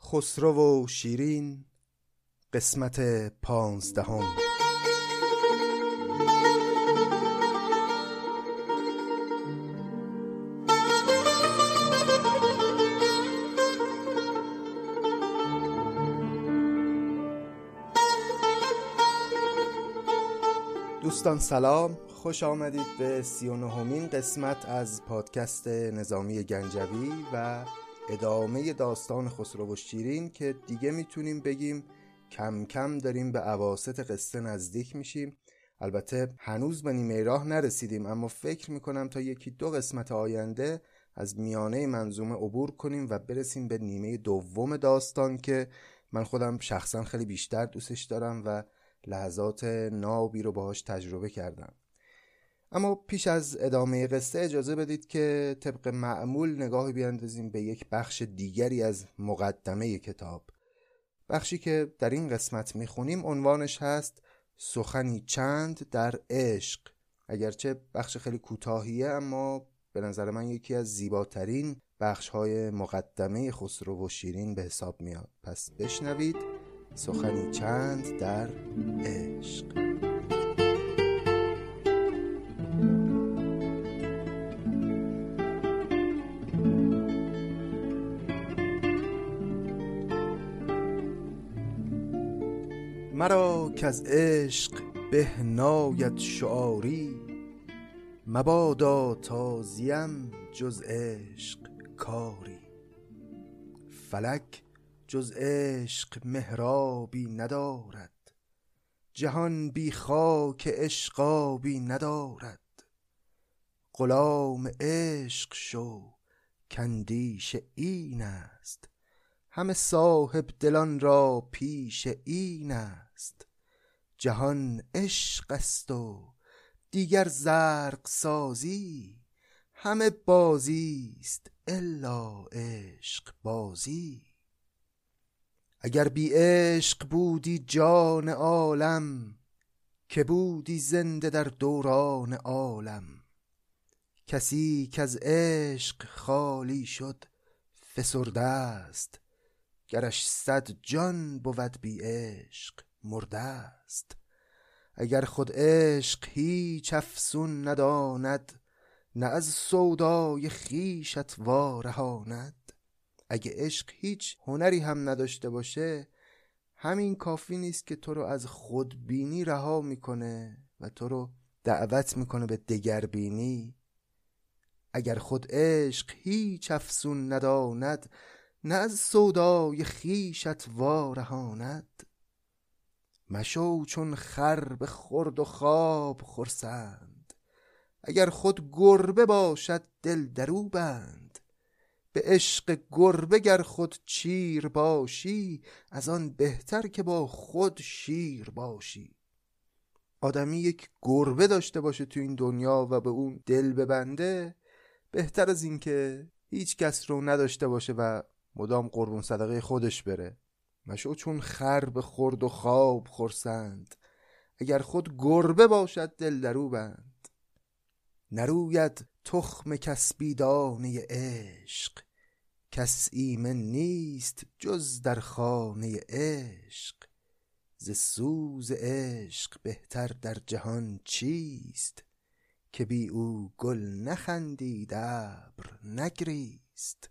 خسرو و شیرین قسمت 15. دوستان سلام، خوش آمدید به 39مین قسمت از پادکست نظامی گنجوی و ادامه داستان خسرو و شیرین که دیگه میتونیم بگیم کم کم داریم به اواسط قصه نزدیک میشیم. البته هنوز به نیمه راه نرسیدیم، اما فکر میکنم تا 1-2 قسمت آینده از میانه منظومه عبور کنیم و برسیم به نیمه دوم داستان که من خودم شخصا خیلی بیشتر دوستش دارم و لحظات نابی رو باهاش تجربه کردم. اما پیش از ادامه قصه اجازه بدید که طبق معمول نگاهی بیاندازیم به یک بخش دیگری از مقدمه کتاب. بخشی که در این قسمت میخونیم عنوانش هست سخنی چند در عشق. اگرچه بخش خیلی کوتاهیه، اما به نظر من یکی از زیباترین بخش‌های مقدمه خسرو و شیرین به حساب میاد. پس بشنوید سخنی چند در عشق. مرا که از عشق به ناید شعاری، مبادا تازیم جز عشق کاری. فلک جز عشق محرابی ندارد، جهان بی خاک عشقابی ندارد. غلام عشق شو کاندیش این است، همه صاحب دلان را پیش این است. جهان عشق است و دیگر زرق سازی، همه بازی است الا عشق بازی. اگر بی عشق بودی جان عالم، که بودی زنده در دوران عالم. کسی که از عشق خالی شد فسرده است، گرش 100 جان بود بی عشق مرده است. اگر خود عشق هیچ افسون نداند، نه از سودای خویشت وارهاند. اگه عشق هیچ هنری هم نداشته باشه، همین کافی نیست که تو رو از خودبینی رها میکنه و تو رو دعوت میکنه به دگربینی. اگر خود عشق هیچ افسون نداند، نه از سودای خویشت وارهاند. مشو چون خر به خورد و خواب خرسند، اگر خود گربه باشد دل درو بند. به عشق گربه گر خود چیر باشی، از آن بهتر که با خود شیر باشی. آدمی یک گربه داشته باشه تو این دنیا و به اون دل ببنده، بهتر از این که هیچ کس رو نداشته باشه و مدام قربون صدقه خودش بره. مشو چون خر به خورد و خواب خرسند، اگر خود گربه باشد دل درو بند. نروید تخم کسبی دانه عشق، کس ایمن نیست جز در خانه عشق. ز سوز عشق بهتر در جهان چیست، که بی او گل نخندید ابر نگریست.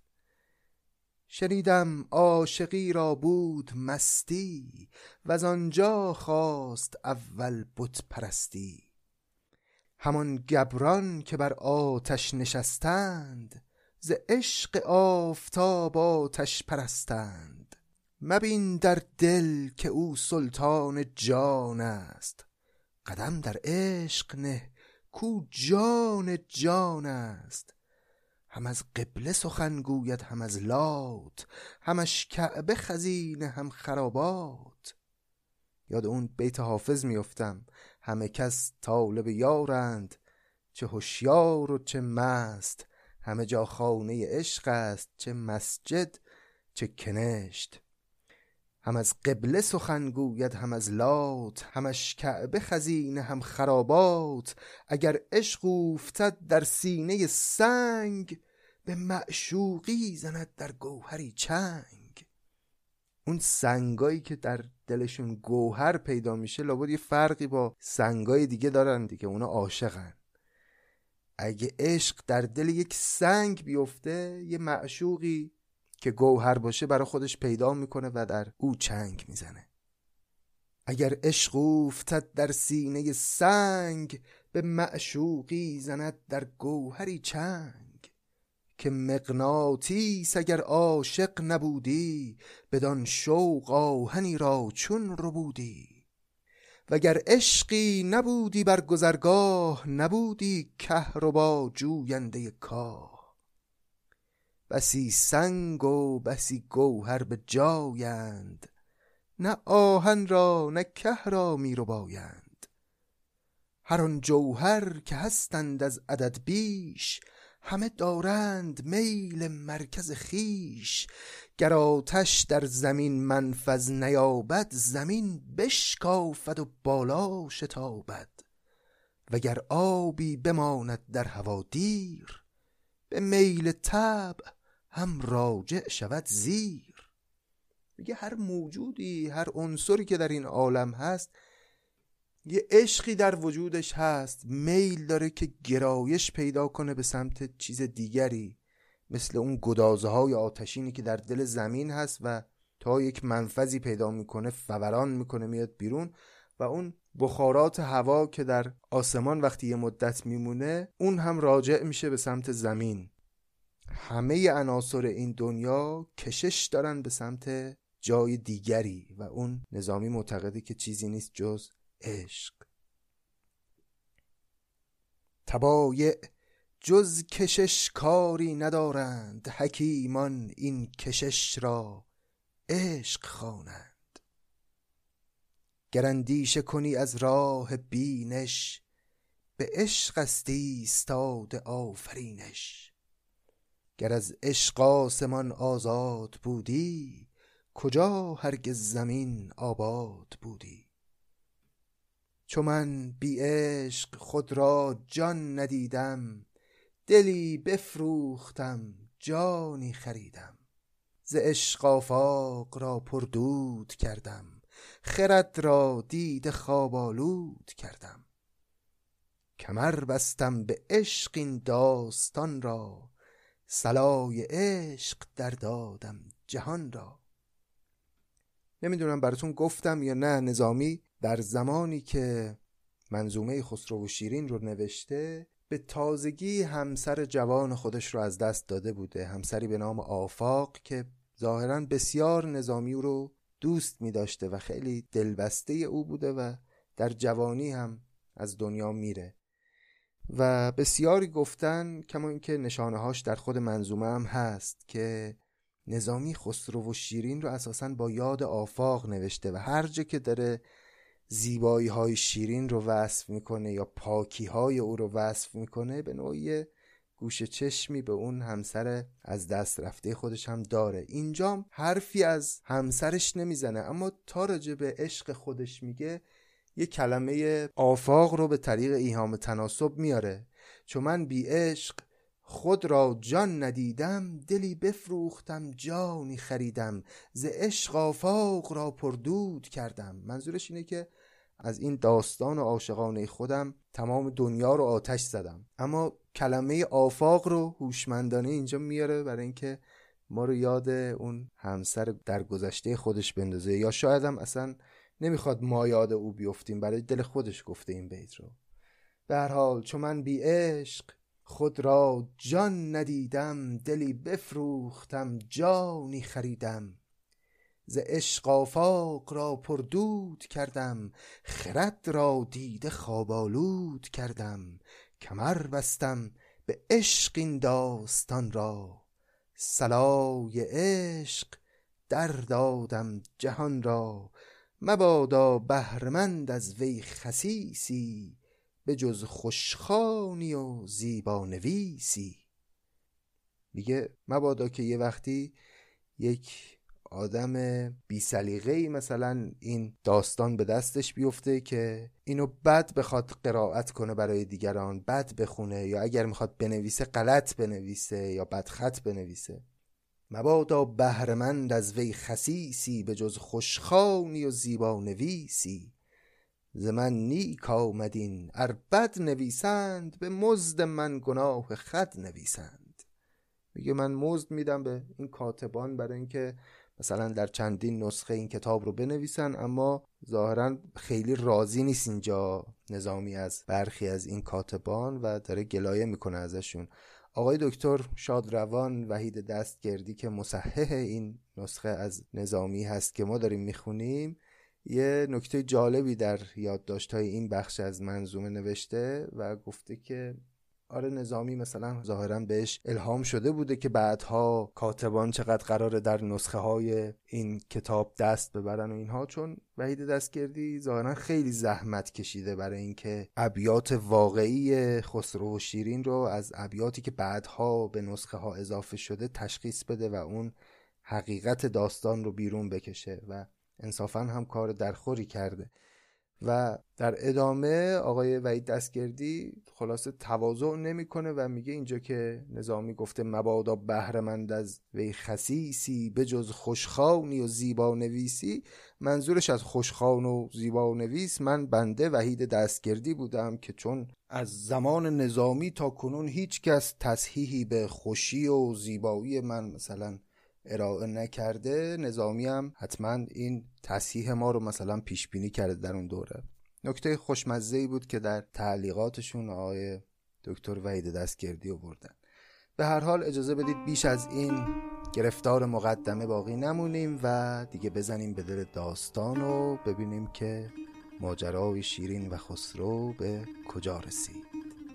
شنیدم عاشقی را بود مستی، وز آنجا خواست اول بت پرستی. همان گبران که بر آتش نشستند، ز عشق آفتاب آتش پرستند. مبین در دل که او سلطان جان است، قدم در عشق نه کو جان جان است. هم از قبله سخن گوید هم از لات، همش کعبه خزینه هم خرابات. یاد اون بیت حافظ میافتم: همه کس طالب یارند، چه هوشیار و چه مست. همه جا خانه عشق است، چه مسجد چه کنشت. هم از قبله سخن گوید هم از لات، همش کعبه خزینه هم خرابات. اگر عشق اوفتد در سینه سنگ، به معشوقی زند در گوهری چنگ. اون سنگایی که در دلشون گوهر پیدا میشه لابد یه فرقی با سنگای دیگه دارن دیگه، اونا عاشقن. اگه عشق در دل یک سنگ بیفته، یه معشوقی که گوهر باشه برای خودش پیدا میکنه و در او چنگ میزنه. اگر عشق افتد در سینه سنگ، به معشوقی زند در گوهری چنگ. که مغناطیس اگر عاشق نبودی، بدان شوق آهنی را چون ربودی. وگر عشقی نبودی بر گذرگاه، نبودی کهربا جوینده کاه. بسی سنگ و بسی گوهر به جایند، نه آهن را نه که را می ربایند. هر آن جوهر که هستند از عدد بیش، همه دارند میل مرکز خیش. گر آتش در زمین منفذ نیابد، زمین بشکافد و بالا شتابد. وگر آبی بماند در هوا دیر، به میل طبع هم راجع شود زیر. میگه هر موجودی، هر عنصری که در این عالم هست، یه عشقی در وجودش هست، میل داره که گرایش پیدا کنه به سمت چیز دیگری، مثل اون گدازه های آتشینی که در دل زمین هست و تا یک منفذی پیدا میکنه فوران میکنه میاد بیرون، و اون بخارات هوا که در آسمان وقتی یه مدت میمونه اون هم راجع میشه به سمت زمین. همه عناصر این دنیا کشش دارن به سمت جای دیگری و اون نظامی معتقده که چیزی نیست جز عشق. طبایع جز کشش کاری ندارند، حکیمان این کشش را عشق خوانند. گر اندیشه کنی از راه بینش، به عشق است ایستاده آفرینش. گر از عشق آسمان آزاد بودی، کجا هرگز زمین آباد بودی. چو من بی عشق خود را جان ندیدم، دلی بفروختم جانی خریدم. ز عشق آفاق را پردود کردم، خرد را دید خواب آلود کردم. کمر بستم به عشق این داستان را، صلای عشق در دادم جهان را. نمیدونم براتون گفتم یا نه، نظامی در زمانی که منظومه خسرو و شیرین رو نوشته به تازگی همسر جوان خودش رو از دست داده بوده، همسری به نام آفاق که ظاهراً بسیار نظامی رو دوست می داشته و خیلی دلبسته او بوده و در جوانی هم از دنیا میره. و بسیاری گفتن، کما اینکه نشانه هاش در خود منظومه هم هست، که نظامی خسرو و شیرین رو اساساً با یاد آفاق نوشته و هر جا که داره زیبایی های شیرین رو وصف میکنه یا پاکی های او رو وصف میکنه، به نوعی گوش چشمی به اون همسر از دست رفته خودش هم داره. اینجا حرفی از همسرش نمیزنه، اما تا راجع به عشق خودش میگه یه کلمه آفاق رو به طریق ایهام تناسب میاره. چون من بی عشق خود را جان ندیدم، دلی بفروختم جانی خریدم. ز عشق آفاق را پردود کردم. منظورش اینه که از این داستان عاشقانه خودم تمام دنیا رو آتش زدم. اما کلمه آفاق رو هوشمندانه اینجا میاره برای اینکه ما رو یاد اون همسر در گذشته خودش بندازه، یا شاید هم اصلا نمیخواد ما یاد او بیفتیم، برای دل خودش گفته این بیت رو. به هر حال چون من بی عشق خود را جان ندیدم، دلی بفروختم جانی خریدم. ز عشق آفاق را پردود کردم، خرد را دیده خواب آلود کردم. کمر بستم به عشق این داستان را، صلای عشق در دادم جهان را. مبادا بهرمند از وی خسیسی، به جز خوشخوانی و زیبانویسی. میگه مبادا که یه وقتی یک آدم بی سلیقه‌ای مثلا این داستان به دستش بیفته که اینو بد بخواد قرائت کنه برای دیگران، بد بخونه، یا اگر میخواد بنویسه غلط بنویسه یا بد خط بنویسه. مبادا بهرمند از وی خسیسی، به جز خوشخوانی و زیبا نویسی. ز من نیک آمدین ار بد نویسند، به مزد من گناه خود نویسند. میگه من مزد میدم به این کاتبان برای اینکه مثلا در چندین نسخه این کتاب رو بنویسن، اما ظاهرا خیلی راضی نیست اینجا نظامی از برخی از این کاتبان و داره گلایه میکنه ازشون. آقای دکتر شادروان وحید دستگردی که مصحح این نسخه از نظامی هست که ما داریم میخونیم، یه نکته جالبی در یادداشت‌های این بخش از منظومه نوشته و گفته که آره نظامی مثلا ظاهرا بهش الهام شده بوده که بعدها کاتبان چقدر قراره در نسخه های این کتاب دست ببرن و اینها، چون وحید دستگردی ظاهرا خیلی زحمت کشیده برای اینکه ابیات واقعی خسرو و شیرین رو از ابیاتی که بعدها به نسخه ها اضافه شده تشخیص بده و اون حقیقت داستان رو بیرون بکشه و انصافا هم کار درخوری کرده. و در ادامه آقای وحید دستگردی خلاصه تواضع نمیکنه و میگه اینجا که نظامی گفته مبادا بهرمند از وی خسیسی، به جز خوشخوانی و زیبا نویسی، منظورش از خوشخوان و زیبا نویس من بنده وحید دستگردی بودم که چون از زمان نظامی تا کنون هیچ کس تصحیحی به خوشی و زیبایی من مثلا ارائه نکرده، نظامی هم حتما این تصحیح ما رو مثلا پیش بینی کرده در اون دوره. نکته خوشمزه‌ای بود که در تعلیقاتشون آقای دکتر وحید دستگردی آوردن. به هر حال اجازه بدید بیش از این گرفتار مقدمه باقی نمونیم و دیگه بزنیم به دل داستان و ببینیم که ماجرای شیرین و خسرو به کجا رسید.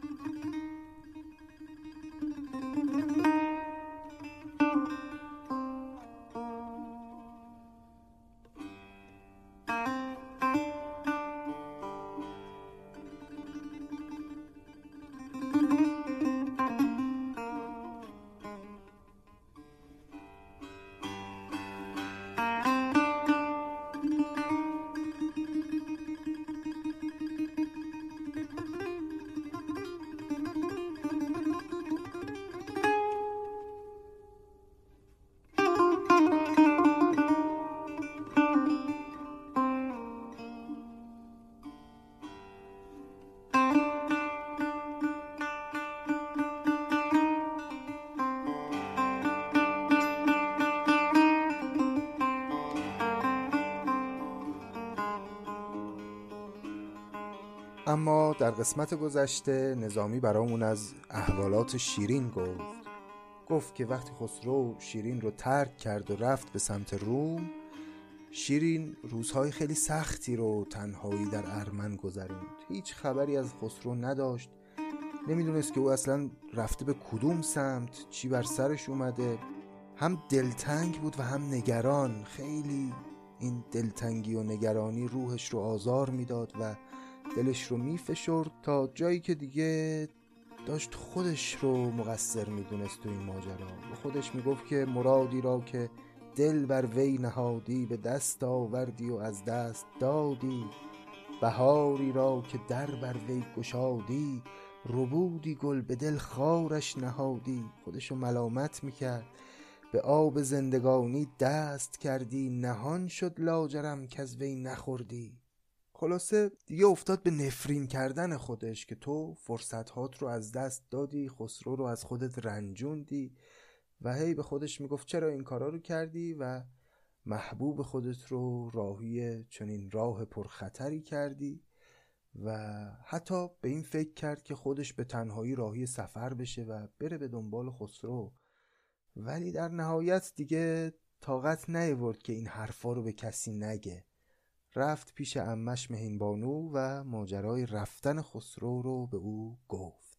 اما در قسمت گذشته نظامی برامون از احوالات شیرین گفت که وقتی خسرو شیرین رو ترک کرد و رفت به سمت روم، شیرین روزهای خیلی سختی رو تنهایی در ارمن گذروند. هیچ خبری از خسرو نداشت، نمیدونست که او اصلا رفته به کدوم سمت، چی بر سرش اومده. هم دلتنگ بود و هم نگران. خیلی این دلتنگی و نگرانی روحش رو آزار میداد و دلش رو میفشرد تا جایی که دیگه داشت خودش رو مقصر میدونست تو این ماجرا و خودش میگفت که مرادی را که دل بر وی نهادی، به دست آوردی و از دست دادی. بهاری را که در بر وی گشادی، ربودی گل به دل خارش نهادی. خودشو ملامت میکرد. به آب زندگانی دست کردی، نهان شد لاجرم که از وی نخوردی. خلاصه دیگه افتاد به نفرین کردن خودش که تو فرصتهات رو از دست دادی، خسرو رو از خودت رنجوندی و هی به خودش میگفت چرا این کارا رو کردی و محبوب خودت رو راهی چنین راه پرخطری کردی و حتی به این فکر کرد که خودش به تنهایی راهی سفر بشه و بره به دنبال خسرو، ولی در نهایت دیگه طاقت نیاورد که این حرفا رو به کسی نگه. رفت پیش عمش مهین بانو و ماجرای رفتن خسرو رو به او گفت.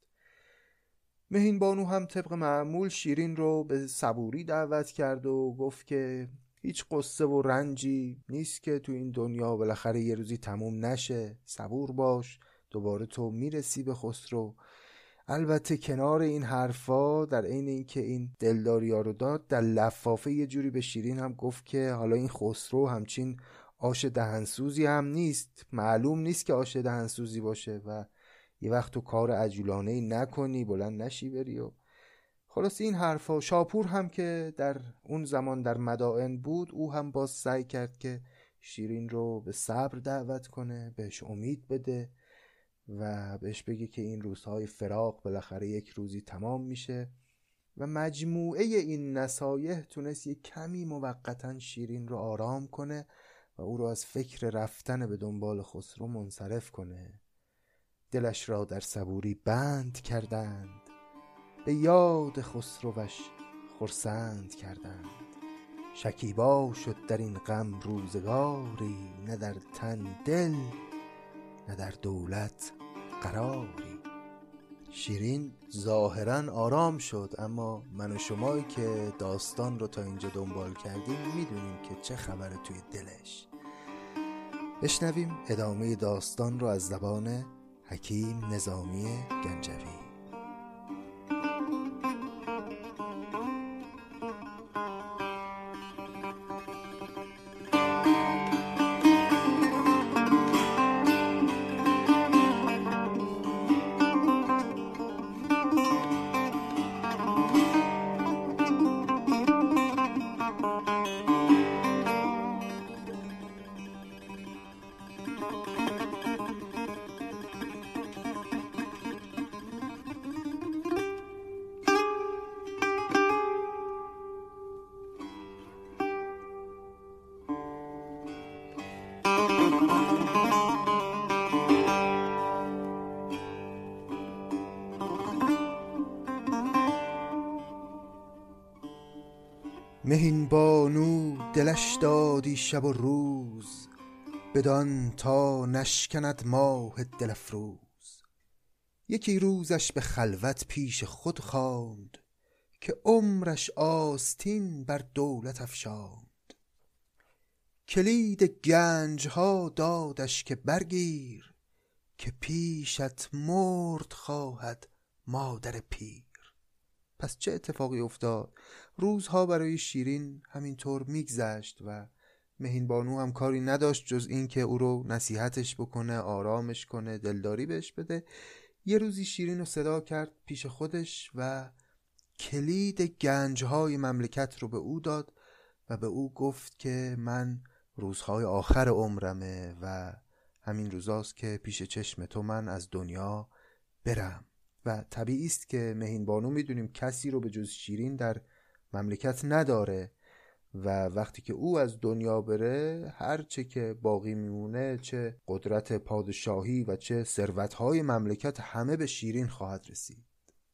مهین بانو هم طبق معمول شیرین رو به صبوری دعوت کرد و گفت که هیچ قصه و رنجی نیست که تو این دنیا بالاخره یه روزی تموم نشه، صبور باش، دوباره تو میرسی به خسرو. البته کنار این حرفا، در عین اینکه این دلداریا رو داد، در لفافه یه جوری به شیرین هم گفت که حالا این خسرو همچین آش دهنسوزی هم نیست، معلوم نیست که آش دهنسوزی باشه و یه وقت تو کار عجولانه‌ای نکنی، بلند نشی بری و خلاص این حرفا. شاپور هم که در اون زمان در مدائن بود، او هم باز سعی کرد که شیرین رو به صبر دعوت کنه، بهش امید بده و بهش بگه که این روزهای فراق بالاخره یک روزی تمام میشه و مجموعه این نصایح تونست یک کمی موقتاً شیرین رو آرام کنه و او رو از فکر رفتن به دنبال خسرو منصرف کنه. دلش را در صبوری بند کردند، به یاد خسروش خرسند کردند. شکیبا شد در این غم روزگاری، نه در تن دل نه در دولت قراری. شیرین ظاهراً آرام شد، اما من و شمایی که داستان رو تا اینجا دنبال کردیم میدونیم که چه خبره توی دلش. بشنویم ادامه داستان رو از زبان حکیم نظامی گنجوی. مهین بانو دلش دادی شب و روز، بدان تا نشکند ماه دل افروز. یکی روزش به خلوت پیش خود خواند، که عمرش آستین بر دولت افشاند. کلید گنج ها دادش که برگیر، که پیشت مرد خواهد مادر پیر. پس چه اتفاقی افتاد؟ روزها برای شیرین همینطور میگذشت و مهین بانو هم کاری نداشت جز این که او رو نصیحتش بکنه، آرامش کنه، دلداری بهش بده. یه روزی شیرین رو صدا کرد پیش خودش و کلید گنجهای مملکت رو به او داد و به او گفت که من روزهای آخر عمرمه و همین روزاست که پیش چشم تو من از دنیا برم. و طبیعی است که مهین بانو میدونیم کسی رو به جز شیرین در مملکت نداره و وقتی که او از دنیا بره هر چه که باقی میمونه، چه قدرت پادشاهی و چه ثروت‌های مملکت، همه به شیرین خواهد رسید.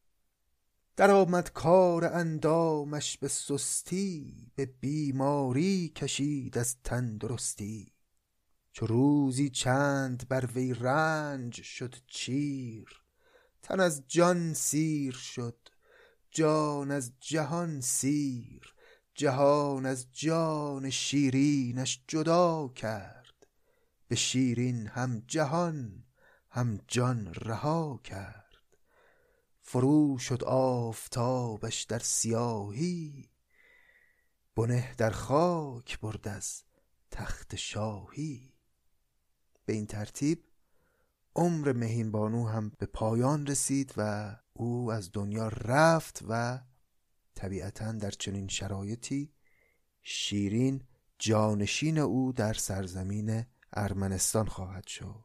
در آمد کار اندامش به سستی، به بیماری کشید از تندرستی. چو روزی چند بر وی رنج شد چیر، تن از جان سیر شد جان از جهان سیر. جهان از جان شیرینش جدا کرد، به شیرین هم جهان هم جان رها کرد. فرو شد آفتابش در سیاهی، بنه در خاک برد از تخت شاهی. به این ترتیب عمر مهین بانو هم به پایان رسید و او از دنیا رفت و طبیعتاً در چنین شرایطی شیرین جانشین او در سرزمین ارمنستان خواهد شد.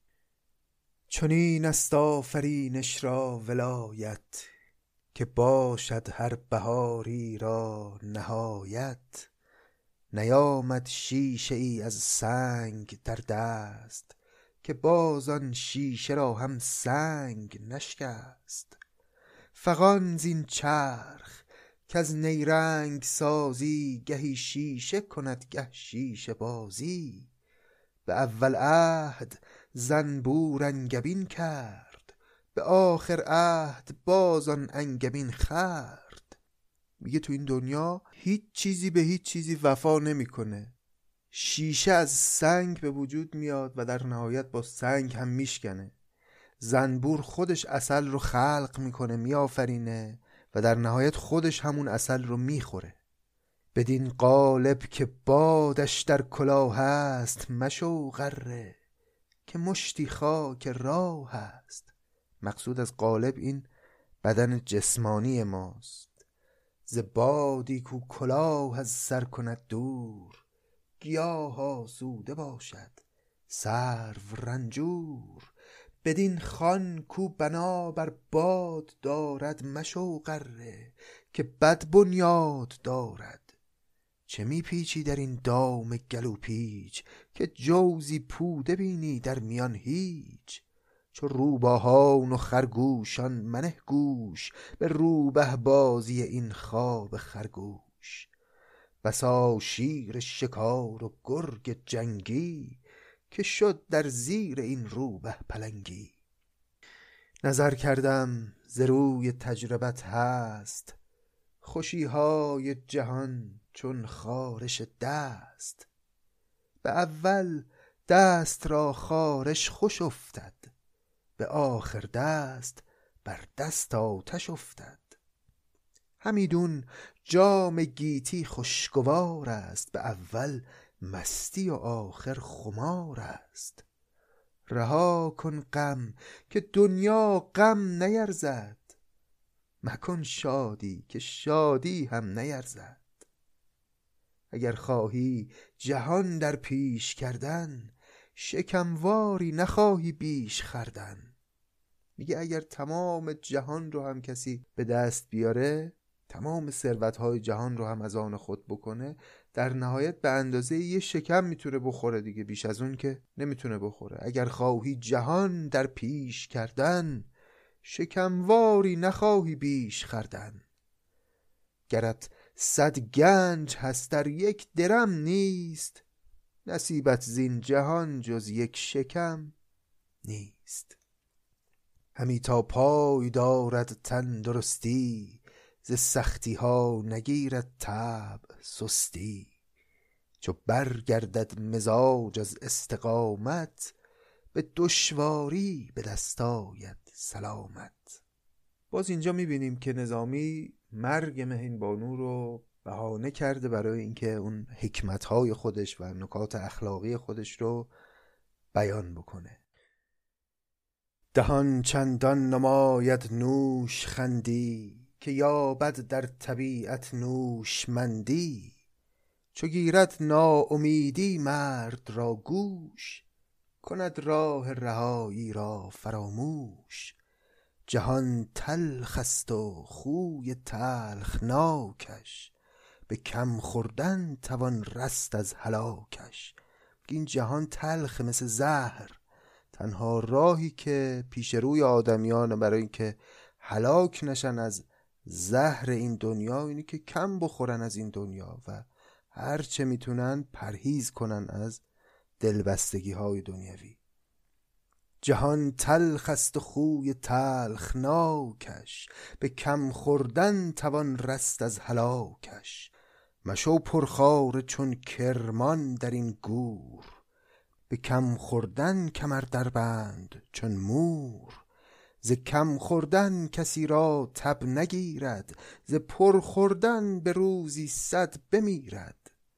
چنین است آفرینش را ولایت، که باشد هر بهاری را نهایت. نیامد شیشه ای از سنگ در دست، که باز آن شیشه را هم سنگ نشکست. فغان زین چرخ که از نیرنگ سازی، گهی شیشه کند گه شیشه بازی. به اول عهد زنبور انگبین کرد، به آخر عهد باز آن انگبین خورد. میگه تو این دنیا هیچ چیزی به هیچ چیزی وفا نمیکنه. شیشه از سنگ به وجود میاد و در نهایت با سنگ هم میشکنه. زنبور خودش عسل رو خلق میکنه، میآفرینه و در نهایت خودش همون عسل رو میخوره. بدین قالب که بادش در کلاه است، مشو غره که مشتی خاک راه است. مقصود از قالب این بدن جسمانی ماست. ز بادی کو کلاه از سر کند دور، گیاه آسوده باشد سرو رنجور. بدین خوان کو بنا بر باد دارد، مشو غره که بد بنیاد دارد. چه می پیچی در این دام گلوپیچ، که جوزی پوده بینی در میان هیچ. چو روباهان و خرگوشان منه گوش، به روبه بازی این خواب خرگوش. بسا شیر شکار و گرگ جنگی، که شد در زیر این روبه پلنگی. نظر کردم ز روی تجربت هست، خوشیهای جهان چون خارش دست. به اول دست را خارش خوش افتد، به آخر دست بر دست آتش افتد. همیدون جام گیتی خوشگوار است، به اول مستی و آخر خمار است. رها کن غم که دنیا غم نیرزد، مکن شادی که شادی هم نیرزد. اگر خواهی جهان در پیش کردن، شکمواری نخواهی بیش خردن. میگه اگر تمام جهان رو هم کسی به دست بیاره، تمام ثروت‌های جهان رو هم از آن خود بکنه، در نهایت به اندازه یه شکم میتونه بخوره دیگه، بیش از اون که نمیتونه بخوره. اگر خواهی جهان در پیش کردن، شکمواری نخواهی بیش خردن. گرت 100 گنج هست در یک درم نیست، نصیبت زین جهان جز یک شکم نیست. همی تا پای دارد تندرستی، ز سختی ها نگیرد طبع سستی. چو برگردد مزاج از استقامت، به دشواری به دست آید سلامت. باز اینجا میبینیم که نظامی مرگ مهین بانو رو بهانه کرده برای اینکه اون حکمت‌های خودش و نکات اخلاقی خودش رو بیان بکنه. دهان چندان نماید نوش خندی، که یابد در طبیعت نوشمندی. چو گیرد ناامیدی مرد را گوش، کند راه رهایی را فراموش. جهان تلخ است و خوی تلخناکش، به کم خوردن توان رست از هلاکش. این جهان تلخ مثل زهر، تنها راهی که پیش روی آدمیان برای اینکه هلاک نشن از زهر این دنیا اینه که کم بخورن از این دنیا و هر چه میتونن پرهیز کنن از دلبستگی های دنیوی. جهان تلخ است و خوی تلخناکش، به کم خوردن توان رست از هلاکش. مشو پرخواره چون کرمان در این گور، به کم خوردن کمر در بند چون مور. ز کم خوردن کسی را تب نگیرد، ز پر خوردن به روزی 100 بمیرد.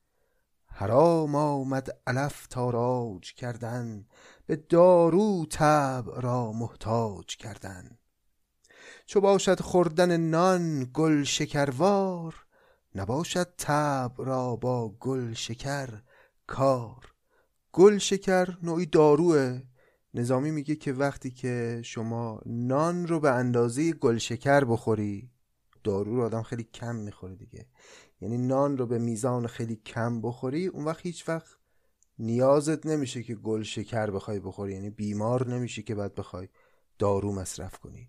حرام آمد علف تاراج کردن، به دارو طبع را محتاج کردن. چو باشد خوردن نان گل شکروار، نباشد طبع را با گل شکر کار. گل شکر نوعی داروه. نظامی میگه که وقتی که شما نان رو به اندازه گل شکر بخوری، دارو رو آدم خیلی کم میخوره دیگه، یعنی نان رو به میزان خیلی کم بخوری، اون وقت هیچ وقت نیازت نمیشه که گل شکر بخوای بخوری، یعنی بیمار نمیشه که بعد بخوای دارو مصرف کنی.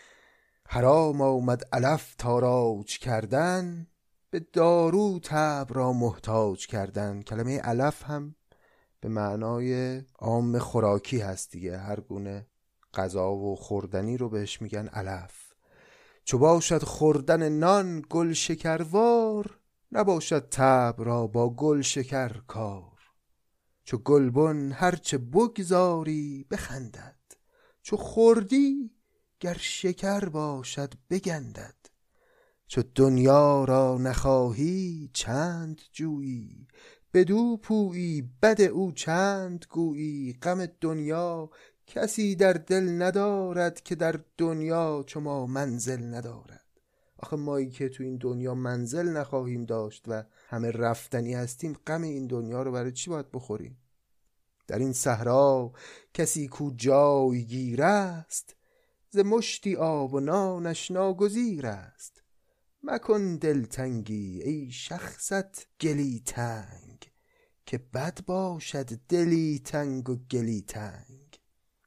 حرام آمد علف تاراج کردن، به دارو طبع را محتاج کردن. کلمه علف هم به معنای عام خوراکی هست دیگه، هر گونه غذا و خوردنی رو بهش میگن علف. چو باشد خوردن نان گل شکروار، نباشد طبع را با گل شکر کار. چو گلبن هرچه بگذاری بخندد، چو خوردی گر شکر باشد بگندد. چو دنیا را نخواهی چند جویی، بدو پویی بد او چند گویی. غم دنیا کسی در دل ندارد که در دنیا چو ما منزل ندارد. آخه مایی که تو این دنیا منزل نخواهیم داشت و همه رفتنی هستیم، غم این دنیا رو برای چی باید بخوریم؟ در این صحرا کسی کو جایگیر است، ز مشتی آب و نانش ناگزیر است. مکن دلتنگی ای شخصت گلی تنگ، که بد باشد دلی تنگ و گلی تنگ.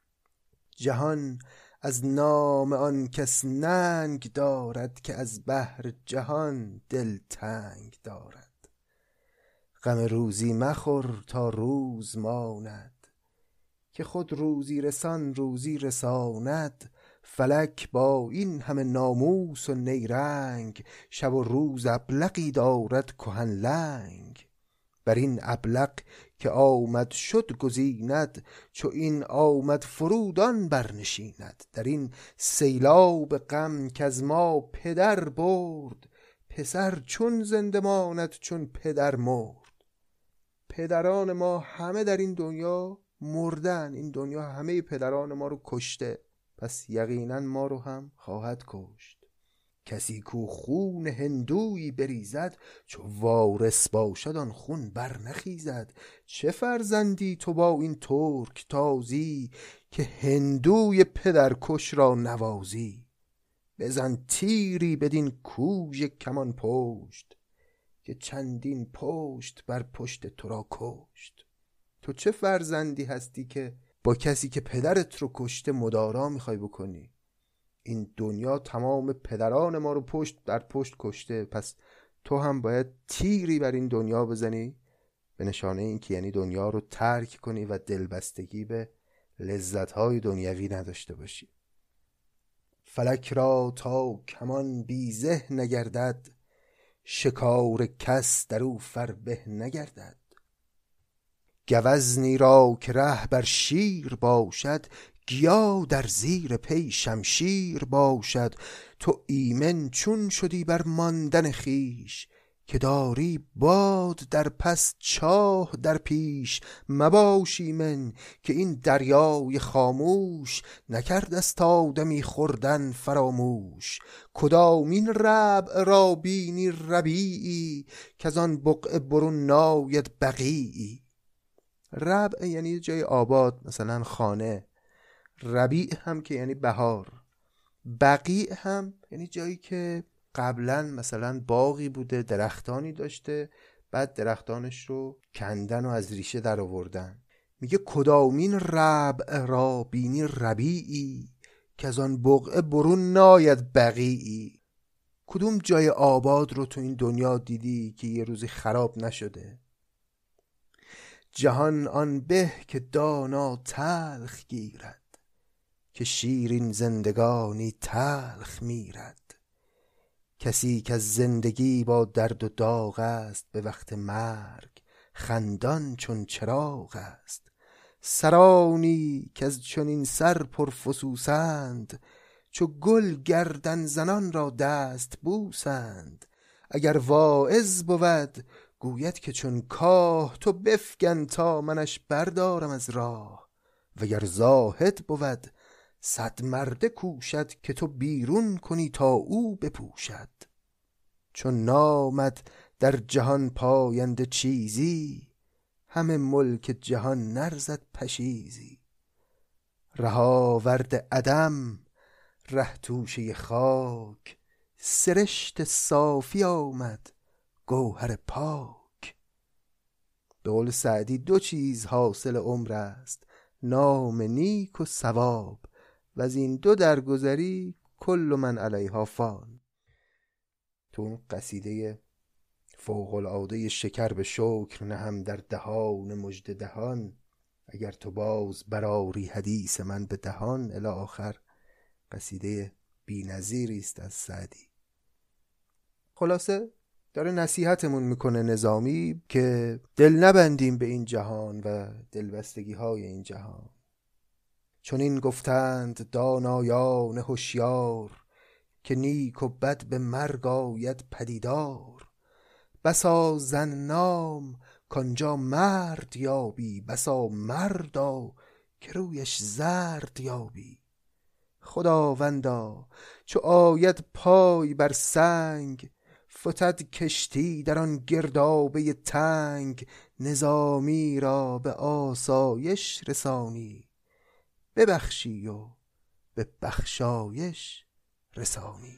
جهان از نام آن کس ننگ دارد، که از بحر جهان دل تنگ دارد. غم روزی مخور تا روز ماند، که خود روزی رسان روزی رساند. فلک با این همه ناموس و نیرنگ، شب و روز ابلقی دارد کهن لنگ. بر این ابلق که آمد شد گزیند، چو این آمد فرود آن برنشیند. در این سیلاب غم کز ما پدر برد، پسر چون زنده ماند چون پدر مرد. پدران ما همه در این دنیا مردن، این دنیا همه پدران ما رو کشته، پس یقینا ما رو هم خواهد کشت. کسی کو خون هندویی بریزد، چو وارث باشد آن خون بر نخیزد. چه فرزندی تو با این ترک تازی، که هندوی پدرکش را نوازی. بزن تیری بدین کوژ کمان پشت، که چندین پشت بر پشت تو را کشت. تو چه فرزندی هستی که با کسی که پدرت رو کشته مدارا میخوای بکنی؟ این دنیا تمام پدران ما رو پشت در پشت کشته، پس تو هم باید تیری بر این دنیا بزنی، به نشانه این که یعنی دنیا رو ترک کنی و دلبستگی به لذت‌های دنیوی نداشته باشی. فلک را تا کمان بی زه نگردد، شکار کس در او فربه نگردد. گوزنی را که ره بر شیر باشد، گیا در زیر پی شمشیر باشد. تو ایمن چون شدی بر ماندن خیش، که داری باد در پس چاه در پیش. مباش ایمن که این دریای خاموش، نکرده است آدمی خوردن فراموش. کدامین ربع را بینی ربیعی، که از آن بقعه برون ناید بقیعی. ربع یعنی جای آباد، مثلا خانه. ربیع هم که یعنی بهار. بقیع هم یعنی جایی که قبلا مثلا باغی بوده، درختانی داشته، بعد درختانش رو کندن و از ریشه در آوردن. میگه کدامین ربع را بینی ربیعی، که از آن بقعه برون ناید بقیعی. کدوم جای آباد رو تو این دنیا دیدی که یه روزی خراب نشده؟ جهان آن به که دانا تلخ گیرد، که شیرین زندگانی تلخ میرد. کسی که از زندگی با درد و داغ است، به وقت مرگ خندان چون چراغ است. سرانی که از چنین سر پرفسوسند، چو گل گردن زنان را دست بوسند. اگر واعظ بود گوید که چون کاه، تو بفگن تا منش بردارم از راه. وگر زاهد بود صد مرده کوشد، که تو بیرون کنی تا او بپوشد. چون نامد در جهان پاینده چیزی، همه ملک جهان نرزد پشیزی. رهاورد عدم ره توشه خاک، سرشت صافی آمد گوهر پاک. به قول سعدی 2 چیز حاصل عمر است، نام نیک و ثواب، و از این 2 درگذری کل من علیها فان. تو اون قصیده فوق العاده شکر به شکر نهم در دهان مژده دهان، اگر تو باز براری حدیث من به دهان، الی آخر. قصیده بی‌نظیری است از سعدی. خلاصه داره نصیحتمون میکنه نظامی که دل نبندیم به این جهان و دلبستگی های این جهان. چون این گفتند دانایان هوشیار، که نیک و بد به مرگ آید پدیدار. بسا زن نام کانجا مرد یابی، بسا مردا که رویش زرد یابی. خداوندا چو آید پای بر سنگ، فتد کشتی در آن گردابه تنگ. نظامی را به آسایش رسانی، ببخشی و به بخشایش رسانی.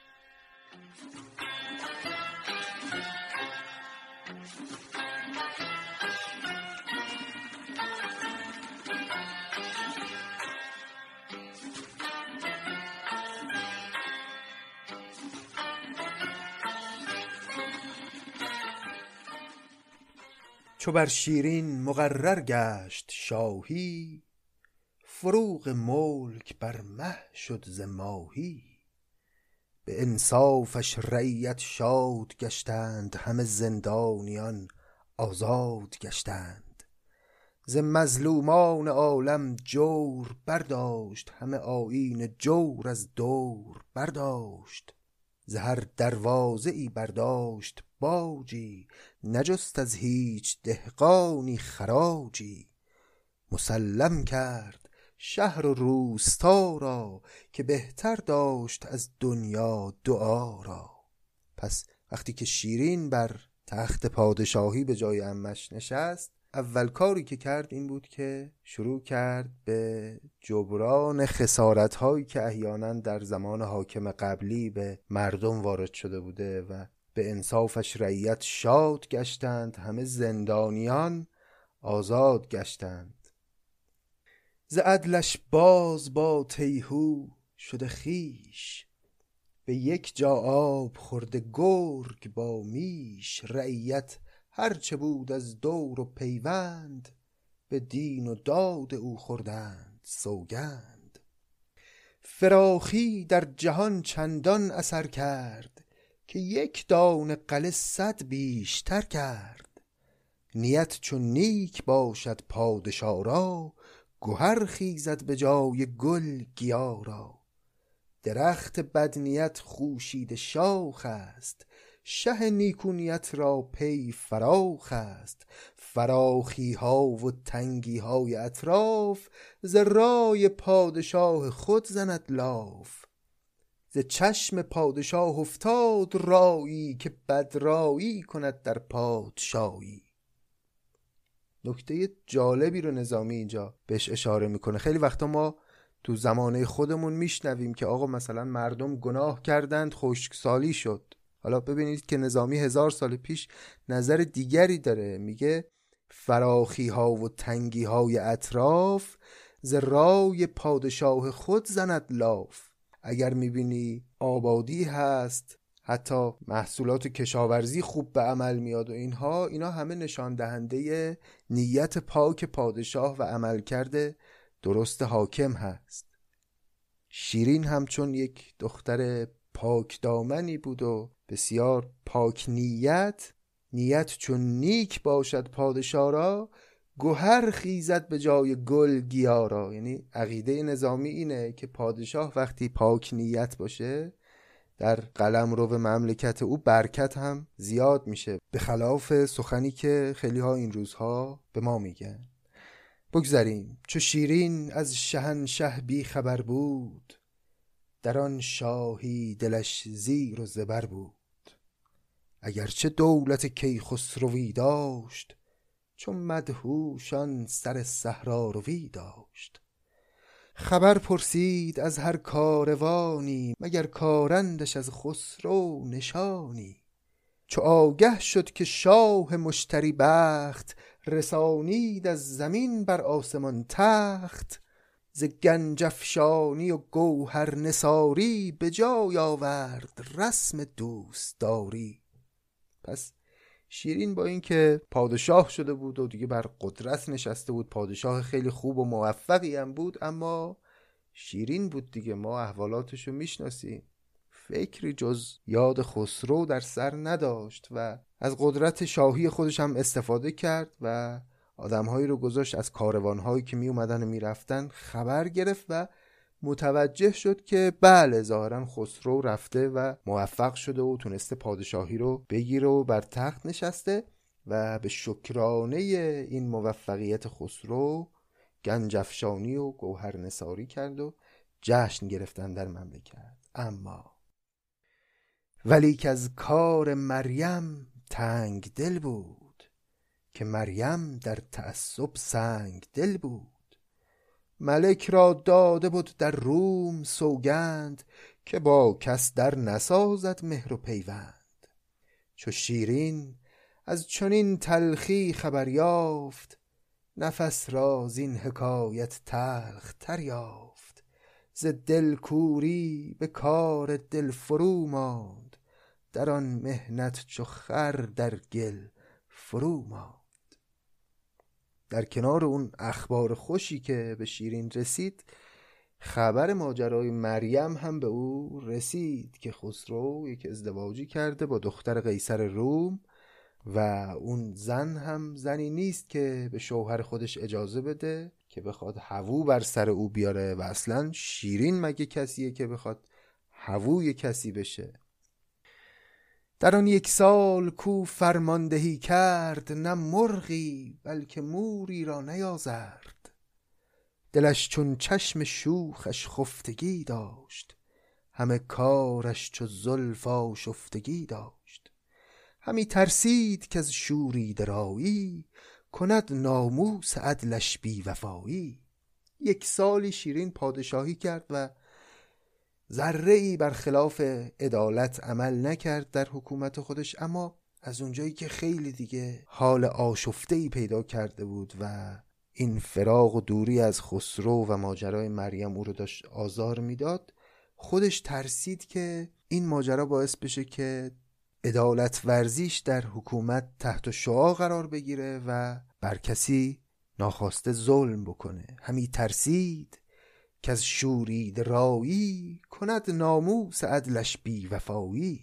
چو بر شیرین مقرر گشت شاهی، فروغ ملک بر مه شد ز ماهی. به انصافش رعیت شاد گشتند، همه زندانیان آزاد گشتند. ز مظلومان عالم جور برداشت، همه آیین جور از دور برداشت. ز هر دروازه ای برداشت باجی، نجست از هیچ دهقانی خراجی. مسلم کرد شهر و روستا را، که بهتر داشت از دنیا دعا را. پس وقتی که شیرین بر تخت پادشاهی به جای عمش نشست، اول کاری که کرد این بود که شروع کرد به جبران خسارت‌هایی که احیانا در زمان حاکم قبلی به مردم وارد شده بوده و به انصافش رعیت شاد گشتند، همه زندانیان آزاد گشتند. ز عدلش باز با تیهو شده خویش، به یک جا آب خورده گرگ با میش. رعیت هرچه بود از دور و پیوند، به دین و داد او خوردند سوگند. فراخی در جهان چندان اثر کرد، که یک دانه قله 100 بیشتر کرد. نیت چون نیک باشد پادشا را، گهر خیزد به جای گل گیا را. درخت بدنیت خوشیده شاخ است، شه نیکونیت را پی فراخ است. فراخی ها و تنگی های اطراف، ز رای پادشاه خود زند لاف. ز چشم پادشاه افتاد رایی، که بدرایی کند در پادشاهی. نکته جالبی رو نظامی اینجا بهش اشاره میکنه. خیلی وقتا ما تو زمانه خودمون میشنویم که آقا مثلا مردم گناه کردند خشکسالی شد. حالا ببینید که نظامی 1000 سال پیش نظر دیگری داره، میگه فراخی ها و تنگی های اطراف، ز رای پادشاه خود زند لاف. اگر میبینی آبادی هست، حتی محصولات کشاورزی خوب به عمل میاد و اینا همه نشان دهنده نیت پاک پادشاه و عملکرد درست حاکم هست. شیرین همچون یک دختر پاک دامنی بود و بسیار پاک نیت چون نیک باشد پادشاه را، گهر خیزد به جای گل گیا را. یعنی عقیده نظامی اینه که پادشاه وقتی پاک نیت باشه، در قلمرو مملکت او برکت هم زیاد میشه، به خلاف سخنی که خیلی ها این روزها به ما میگن. بگذاریم. چو شیرین از شهنشه بی خبر بود، در آن شاهی دلش زیر و زبر بود. اگرچه دولت کیخسروی داشت، چون مدهوشان سر صحرا روی داشت. خبر پرسید از هر کاروانی، مگر کارندش از خسرو نشانی. چو آگه شد که شاه مشتری بخت، رسانید از زمین بر آسمان تخت. ز گنج افشانی و گوهر نثاری، به جای آورد رسم دوستداری. پس شیرین با اینکه پادشاه شده بود و دیگه بر قدرت نشسته بود، پادشاه خیلی خوب و موفقی هم بود، اما شیرین بود دیگه، ما احوالاتشو میشناسیم. فکری جز یاد خسرو در سر نداشت و از قدرت شاهی خودش هم استفاده کرد و آدمهایی رو گذاشت از کاروانهایی که می اومدن و می رفتن خبر گرفت و متوجه شد که بله ظاهرا خسرو رفته و موفق شده و تونسته پادشاهی رو بگیره و بر تخت نشسته و به شکرانه این موفقیت خسرو گنج افشانی و گوهر نثاری کرد و جشن گرفتن در مملکت. اما ولیک از کار مریم تنگ دل بود، که مریم در تعصب سنگ دل بود. ملک را داده بود در روم سوگند، که با کس در نسازد مهر و پیوند. چو شیرین از چنین تلخی خبر یافت، نفس را زین حکایت تلخ تر یافت. ز دل کوری به کار دل فرو ماند، در آن محنت چو خر در گل فرو ماند. در کنار اون اخبار خوشی که به شیرین رسید، خبر ماجرای مریم هم به او رسید که خسرو یک ازدواجی کرده با دختر قیصر روم و اون زن هم زنی نیست که به شوهر خودش اجازه بده که بخواد هوو بر سر او بیاره و اصلا شیرین مگه کسیه که بخواد هووی کسی بشه. در آن 1 سال کو فرماندهی کرد، نه مرغی بلکه موری را نیازرد. دلش چون چشم شوخش خفتگی داشت، همه کارش چو زلف آشفتگی داشت. همی ترسید که از شوریده رایی، کند ناموس عدلش بی وفایی. 1 سالی شیرین پادشاهی کرد و ذره‌ای برخلاف عدالت عمل نکرد در حکومت خودش، اما از اونجایی که خیلی دیگه حال آشفته‌ای پیدا کرده بود و این فراق و دوری از خسرو و ماجرای مریم او رو داشت آزار میداد، خودش ترسید که این ماجرا باعث بشه که عدالت ورزیش در حکومت تحت شعاع قرار بگیره و بر کسی ناخواسته ظلم بکنه. همی ترسید که از شورید رایی، کند ناموس عدلش بی وفایی.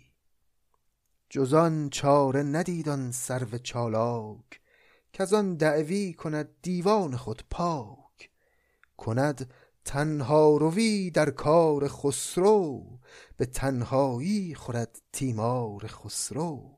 جزان چاره ندید آن سرو چالاک، که از آن دعوی کند دیوان خود پاک. کند تنها روی در کار خسرو، به تنهایی خورد تیمار خسرو.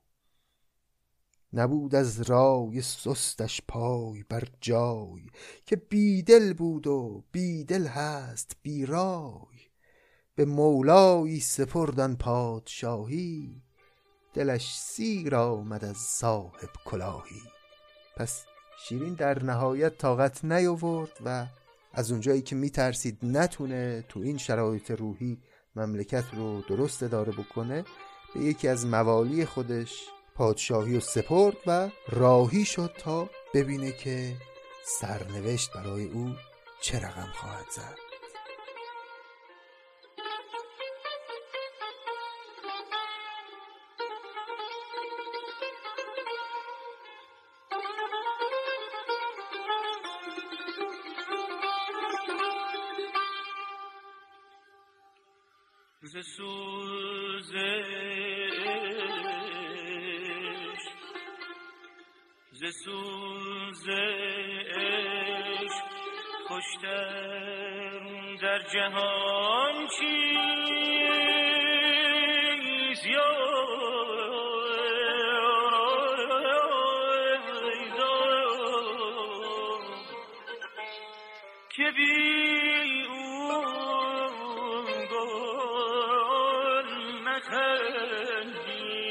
نبود از رای سستش پای بر جای، که بیدل بود و بیدل هست بی رای. به مولایی سپردن پادشاهی، دلش سیر آمد از صاحب کلاهی. پس شیرین در نهایت طاقت نیاورد و از اونجایی که میترسید نتونه تو این شرایط روحی مملکت رو درست اداره بکنه، به یکی از موالی خودش پادشاهی رو سپرد و راهی شد تا ببینه که سرنوشت برای او چه رقم خواهد زد. ز سوزش خوشتر در جهان چیز که بی اون گل نخندی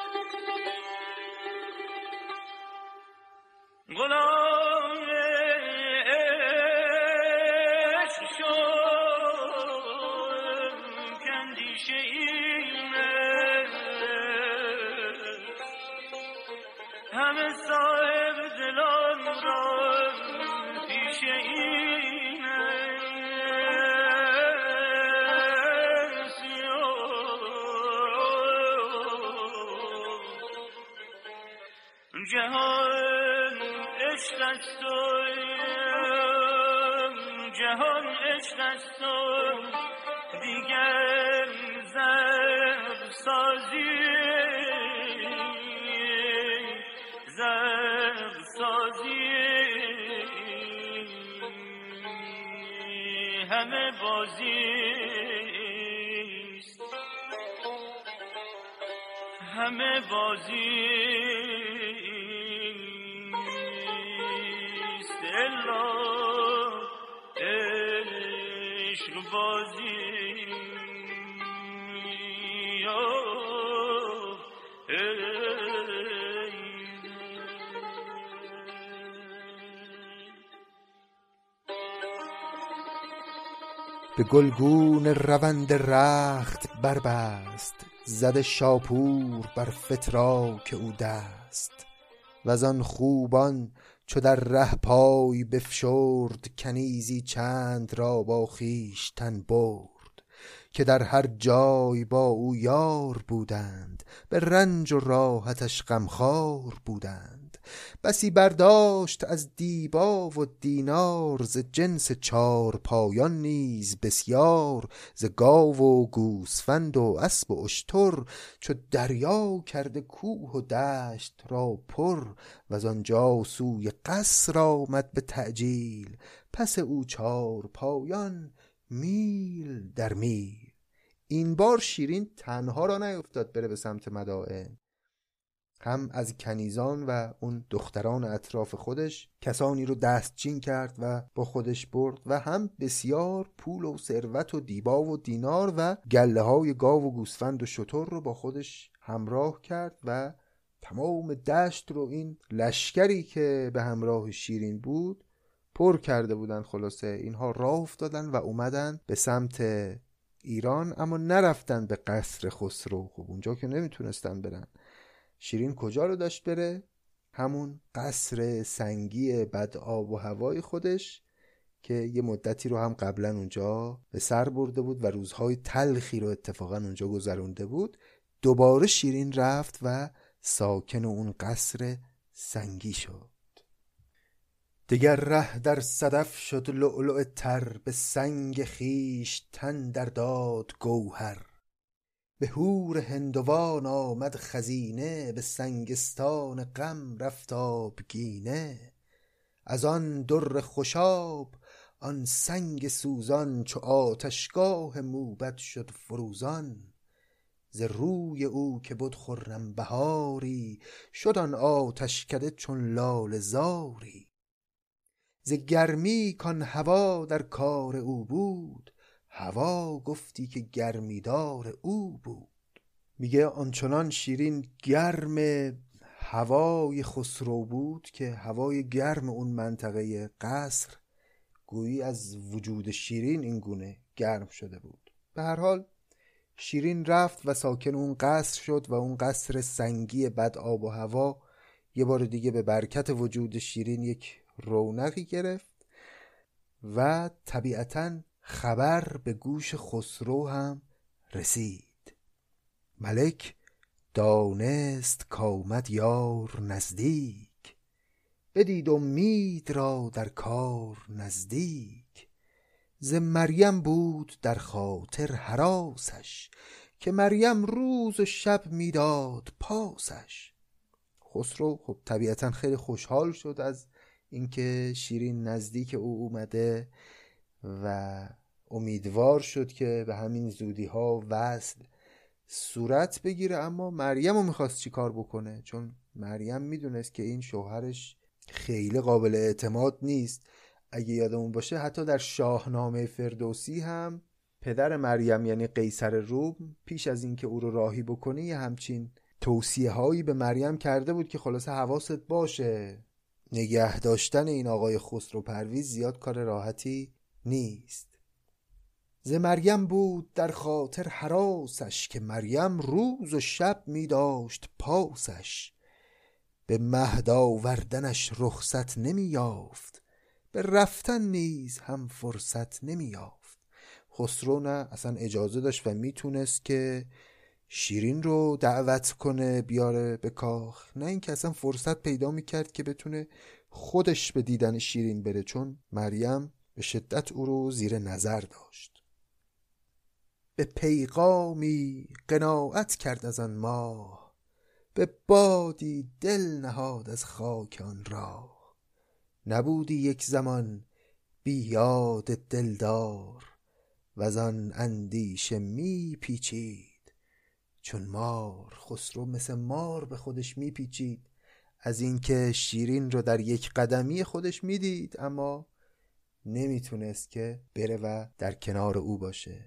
غلام همه صاحب دلان را پیش این جهان عشق است و جهان عشق است و دیگر ضرب سازی همه بازیست همه بازیست الا عشق بازی به گلگون روند رخت بربست، زده شاپور بر فتراک او دست. وزان خوبان چو در ره پای بفشرد، کنیزی چند را با خویشتن برد. که در هر جای با او یار بودند، به رنج و راحتش غمخوار بودند. بسی برداشت از دیبا و دینار، ز جنس چارپایان نیز بسیار. ز گاو و گوسفند و اسب و اشتر، چو دریا کرده کوه و دشت را پر. و آنجا سوی قصر آمد به تعجیل، پس او چارپایان میل در میل. این بار شیرین تنها را نیفتاد بره به سمت مدائن، هم از کنیزان و اون دختران اطراف خودش کسانی رو دستچین کرد و با خودش برد، و هم بسیار پول و ثروت و دیبا و دینار و گله های گاو و گوسفند و شتر رو با خودش همراه کرد و تمام دشت رو این لشکری که به همراه شیرین بود پر کرده بودن. خلاصه اینها راه افتادن و اومدن به سمت ایران، اما نرفتن به قصر خسرو. خب اونجا که نمیتونستن برن. شیرین کجا رو داشت بره؟ همون قصر سنگی بد آب و هوای خودش که یه مدتی رو هم قبلا اونجا به سر برده بود و روزهای تلخی رو اتفاقا اونجا گذرونده بود. دوباره شیرین رفت و ساکن اون قصر سنگی شد. دگر ره در صدف شد لؤلؤ تر، به سنگ خویش تن در داد گوهر. به حور هندوان آمد خزینه، به سنگستان غم رفت آبگینه. از آن در خوشاب آن سنگ سوزان، چو آتشگاه موبد شد فروزان. ز روی او که بود خرم بهاری، شد آن آتشکده چون لاله زاری. ز گرمی کان هوا در کار او بود، هوا گفتی که گرمیدار او بود. میگه آنچنان شیرین گرم هوای خسرو بود که هوای گرم اون منطقه قصر گویی از وجود شیرین این گونه گرم شده بود. به هر حال شیرین رفت و ساکن اون قصر شد و اون قصر سنگی بد آب و هوا یه بار دیگه به برکت وجود شیرین یک رونقی گرفت و طبیعتاً خبر به گوش خسرو هم رسید. ملک دانست کآمد یار نزدیک، بدید امید را در کار نزدیک. ز مریم بود در خاطر هراسش، که مریم روز و شب میداد پاسش. خسرو خب طبیعتاً خیلی خوشحال شد از اینکه شیرین نزدیک او اومده و امیدوار شد که به همین زودی ها وصل صورت بگیره. اما مریم رو میخواست چی کار بکنه، چون مریم میدونست که این شوهرش خیلی قابل اعتماد نیست. اگه یادمون باشه حتی در شاهنامه فردوسی هم پدر مریم یعنی قیصر روم پیش از اینکه او رو راهی بکنه یه همچین توصیه هایی به مریم کرده بود که خلاصه حواست باشه، نگه داشتن این آقای خسرو پرویز زیاد کار راحتی نیست. ز مریم بود در خاطر هراسش، که مریم روز و شب می داشت پاسش. به مهد آوردنش رخصت نمی یافت، به رفتن نیز هم فرصت نمی یافت. خسرو نه اصلا اجازه داشت و میتونست که شیرین رو دعوت کنه بیاره به کاخ، نه اینکه اصلا فرصت پیدا میکرد که بتونه خودش به دیدن شیرین بره، چون مریم به شدت او رو زیر نظر داشت. به پیغامی قناعت کرد از آن ماه، به بادی دل نهاد از خاک آن راه. نبودی یک زمان بی یاد دلدار، وزان اندیشه می پیچید چون مار. خسرو مثل مار به خودش می پیچید از اینکه شیرین رو در یک قدمی خودش میدید، اما نمیتونست که بره و در کنار او باشه.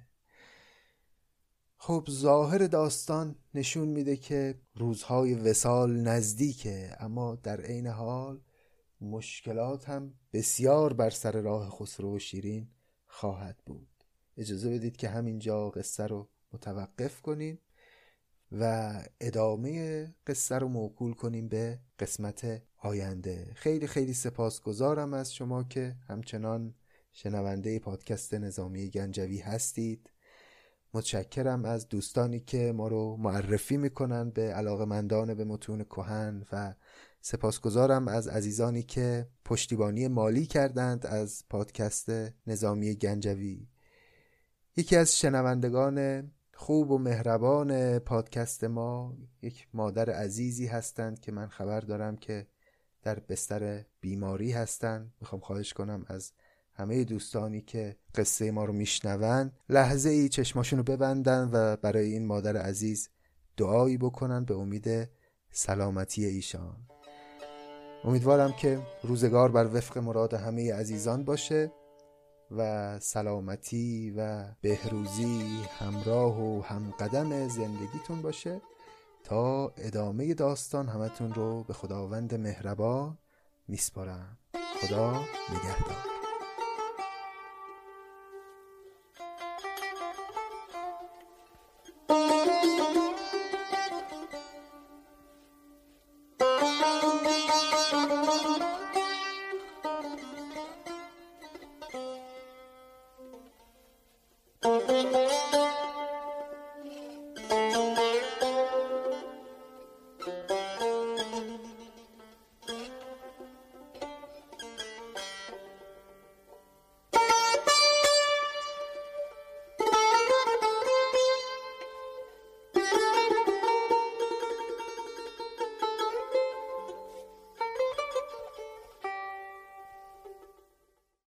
خب ظاهر داستان نشون میده که روزهای وصال نزدیکه، اما در عین حال مشکلات هم بسیار بر سر راه خسرو و شیرین خواهد بود. اجازه بدید که همینجا قصه رو متوقف کنیم و ادامه قصه رو موکول کنیم به قسمت آینده. خیلی خیلی سپاسگزارم از شما که همچنان شنونده پادکست نظامی گنجوی هستید. متشکرم از دوستانی که ما رو معرفی میکنن به علاقه‌مندان به متون کهن و سپاسگزارم از عزیزانی که پشتیبانی مالی کردند از پادکست نظامی گنجوی. یکی از شنوندگان خوب و مهربان پادکست ما یک مادر عزیزی هستند که من خبر دارم که در بستر بیماری هستند. میخوام خواهش کنم از همه دوستانی که قصه ما رو میشنون لحظه ای چشماشون رو ببندن و برای این مادر عزیز دعایی بکنن به امید سلامتی ایشان. امیدوارم که روزگار بر وفق مراد همه عزیزان باشه و سلامتی و بهروزی همراه و همقدم زندگیتون باشه. تا ادامه داستان همتون رو به خداوند مهربان میسپارم. خدا نگهدار.